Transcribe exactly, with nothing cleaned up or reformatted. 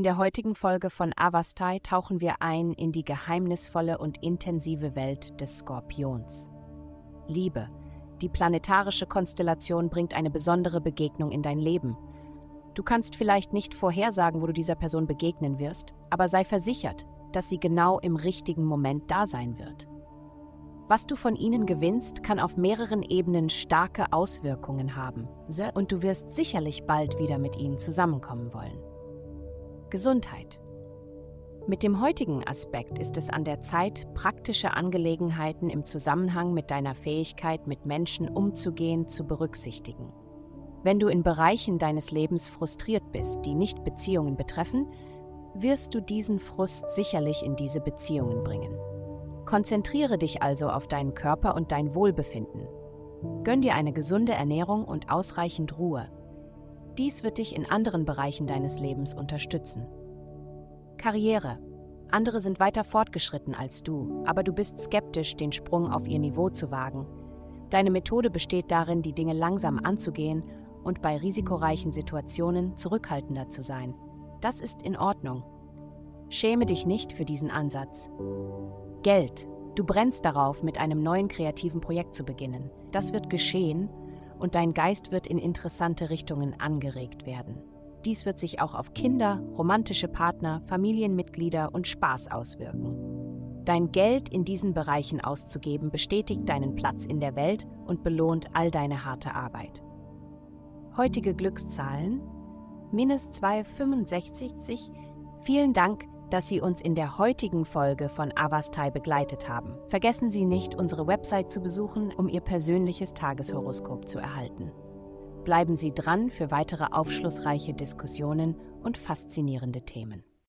der heutigen Folge von Avastai tauchen wir ein in die geheimnisvolle und intensive Welt des Skorpions. Liebe, die planetarische Konstellation bringt eine besondere Begegnung in dein Leben. Du kannst vielleicht nicht vorhersagen, wo du dieser Person begegnen wirst, aber sei versichert, dass sie genau im richtigen Moment da sein wird. Was du von ihnen gewinnst, kann auf mehreren Ebenen starke Auswirkungen haben, und du wirst sicherlich bald wieder mit ihnen zusammenkommen wollen. Gesundheit. Mit dem heutigen Aspekt ist es an der Zeit, praktische Angelegenheiten im Zusammenhang mit deiner Fähigkeit, mit Menschen umzugehen, zu berücksichtigen. Wenn du in Bereichen deines Lebens frustriert bist, die nicht Beziehungen betreffen, wirst du diesen Frust sicherlich in diese Beziehungen bringen. Konzentriere dich also auf deinen Körper und dein Wohlbefinden. Gönn dir eine gesunde Ernährung und ausreichend Ruhe. Dies wird dich in anderen Bereichen deines Lebens unterstützen. Karriere. Andere sind weiter fortgeschritten als du, aber du bist skeptisch, den Sprung auf ihr Niveau zu wagen. Deine Methode besteht darin, die Dinge langsam anzugehen und bei risikoreichen Situationen zurückhaltender zu sein. Das ist in Ordnung. Schäme dich nicht für diesen Ansatz. Geld. Du brennst darauf, mit einem neuen kreativen Projekt zu beginnen. Das wird geschehen und dein Geist wird in interessante Richtungen angeregt werden. Dies wird sich auch auf Kinder, romantische Partner, Familienmitglieder und Spaß auswirken. Dein Geld in diesen Bereichen auszugeben, bestätigt deinen Platz in der Welt und belohnt all deine harte Arbeit. Heutige Glückszahlen: minus zweihundertfünfundsechzig. Vielen Dank, dass Sie uns in der heutigen Folge von Avastai begleitet haben. Vergessen Sie nicht, unsere Website zu besuchen, um Ihr persönliches Tageshoroskop zu erhalten. Bleiben Sie dran für weitere aufschlussreiche Diskussionen und faszinierende Themen.